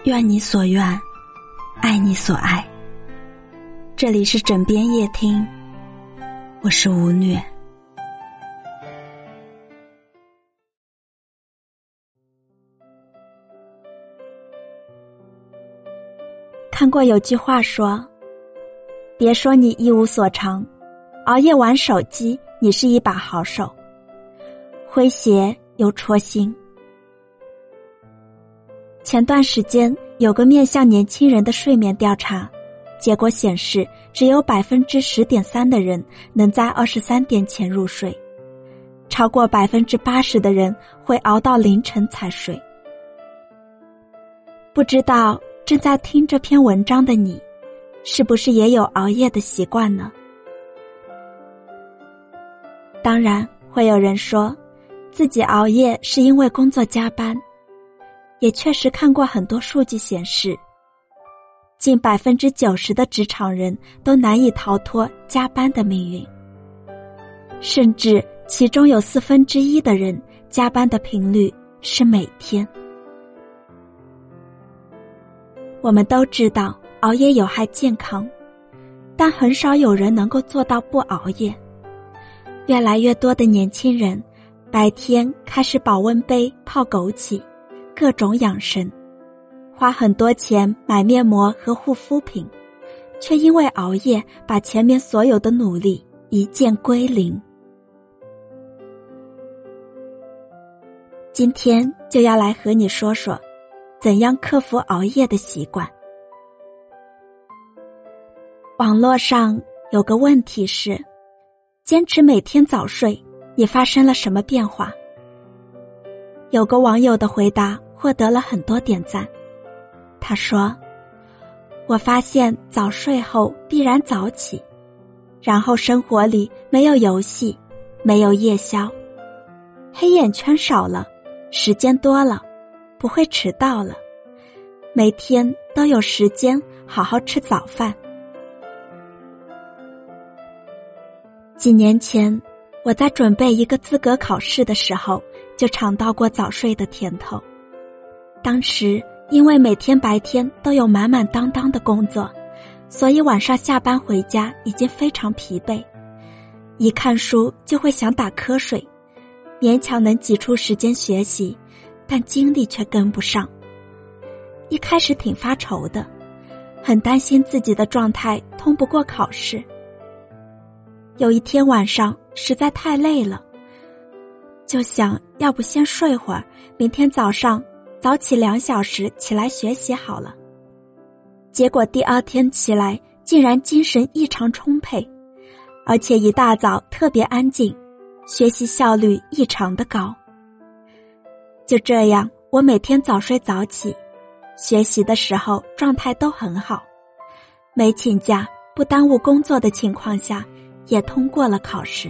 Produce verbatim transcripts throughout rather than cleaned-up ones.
愿你所愿，爱你所爱。这里是枕边夜听，我是吴虐。看过有句话说，别说你一无所长，熬夜玩手机，你是一把好手，诙谐又戳心。前段时间有个面向年轻人的睡眠调查，结果显示只有 百分之十点三 的人能在二十三点前入睡，超过 百分之八十 的人会熬到凌晨才睡。不知道正在听这篇文章的你，是不是也有熬夜的习惯呢？当然会有人说自己熬夜是因为工作加班，也确实看过很多数据显示，近 百分之九十 的职场人都难以逃脱加班的命运，甚至其中有四分之一的人加班的频率是每天。我们都知道熬夜有害健康，但很少有人能够做到不熬夜。越来越多的年轻人白天开始保温杯泡枸杞，各种养生，花很多钱买面膜和护肤品，却因为熬夜把前面所有的努力一键归零。今天就要来和你说说怎样克服熬夜的习惯。网络上有个问题是，坚持每天早睡，你发生了什么变化？有个网友的回答获得了很多点赞。他说，我发现早睡后必然早起，然后生活里没有游戏，没有夜宵，黑眼圈少了，时间多了，不会迟到了，每天都有时间好好吃早饭。几年前，我在准备一个资格考试的时候，就尝到过早睡的甜头。当时因为每天白天都有满满当当的工作，所以晚上下班回家已经非常疲惫，一看书就会想打瞌睡，勉强能挤出时间学习，但精力却跟不上。一开始挺发愁的，很担心自己的状态通不过考试。有一天晚上实在太累了，就想要不先睡会儿，明天早上早起两小时起来学习好了。结果第二天起来竟然精神异常充沛，而且一大早特别安静，学习效率异常的高。就这样，我每天早睡早起，学习的时候状态都很好，没请假，不耽误工作的情况下，也通过了考试。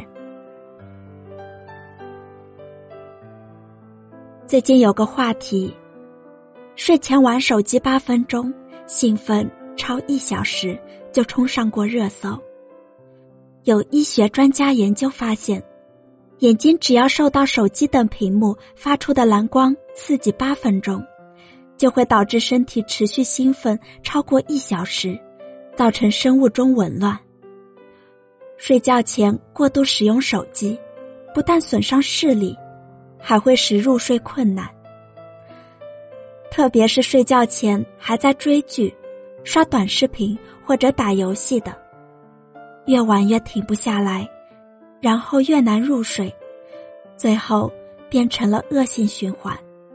最近有个话题，睡前玩手机八分钟，兴奋超一小时，就冲上过热搜。有医学专家研究发现，眼睛只要受到手机等屏幕发出的蓝光刺激八分钟，就会导致身体持续兴奋超过一小时，造成生物钟紊乱。睡觉前过度使用手机，不但损伤视力，还会使入睡困难。特别是睡觉前还在追剧、刷短视频或者打游戏的，越晚越停不下来，然后越难入睡，最后变成了恶性循环。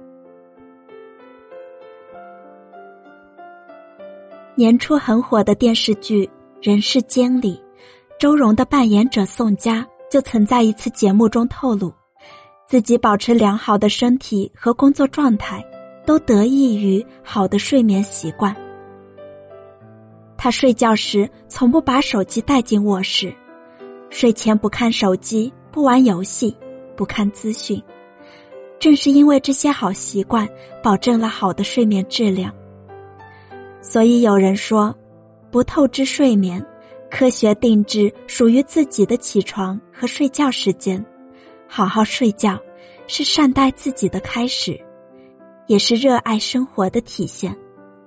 年初很火的电视剧《人世间》里，周蓉的扮演者宋佳就曾在一次节目中透露，自己保持良好的身体和工作状态都得益于好的睡眠习惯。他睡觉时从不把手机带进卧室，睡前不看手机，不玩游戏，不看资讯。正是因为这些好习惯，保证了好的睡眠质量。所以有人说，不透支睡眠，科学定制属于自己的起床和睡觉时间，好好睡觉是善待自己的开始，也是热爱生活的体现。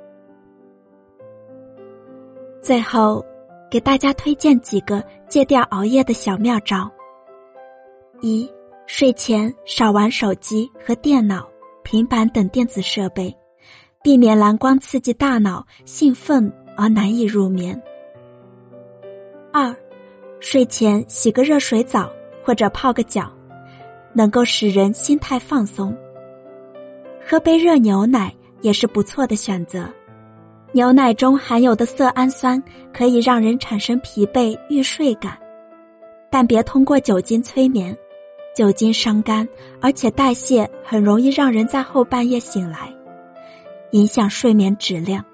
最后，给大家推荐几个戒掉熬夜的小妙招。一、睡前少玩手机和电脑、平板等电子设备，避免蓝光刺激大脑，兴奋而难以入眠。二、睡前洗个热水澡或者泡个脚，能够使人心态放松。喝杯热牛奶也是不错的选择。牛奶中含有的色氨酸可以让人产生疲惫、欲睡感，但别通过酒精催眠，酒精伤肝，而且代谢很容易让人在后半夜醒来，影响睡眠质量。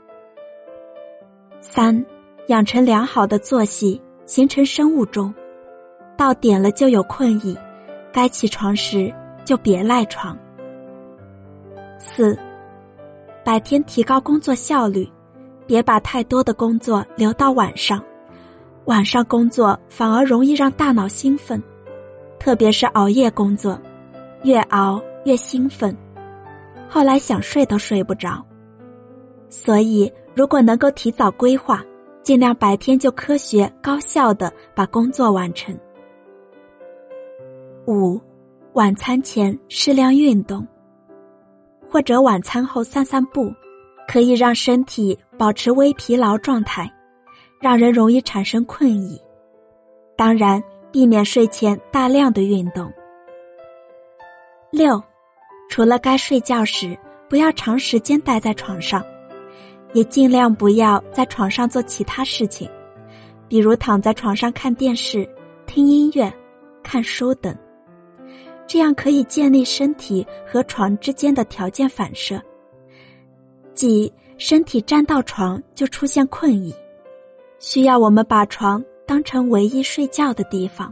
三、养成良好的作息，形成生物钟，到点了就有困意，该起床时就别赖床。四、白天提高工作效率，别把太多的工作留到晚上，晚上工作反而容易让大脑兴奋，特别是熬夜工作，越熬越兴奋，后来想睡都睡不着。所以如果能够提早规划，尽量白天就科学高效地把工作完成。五、晚餐前适量运动，或者晚餐后散散步，可以让身体保持微疲劳状态，让人容易产生困意。当然，避免睡前大量的运动。六、除了该睡觉时，不要长时间待在床上，也尽量不要在床上做其他事情，比如躺在床上看电视、听音乐、看书等。这样可以建立身体和床之间的条件反射，即身体沾到床就出现困意，需要我们把床当成唯一睡觉的地方。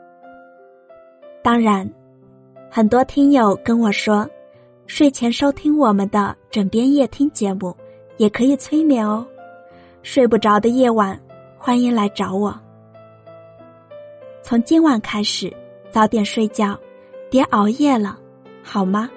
当然，很多听友跟我说，睡前收听我们的枕边夜听节目也可以催眠哦，睡不着的夜晚欢迎来找我。从今晚开始早点睡觉，别熬夜了，好吗？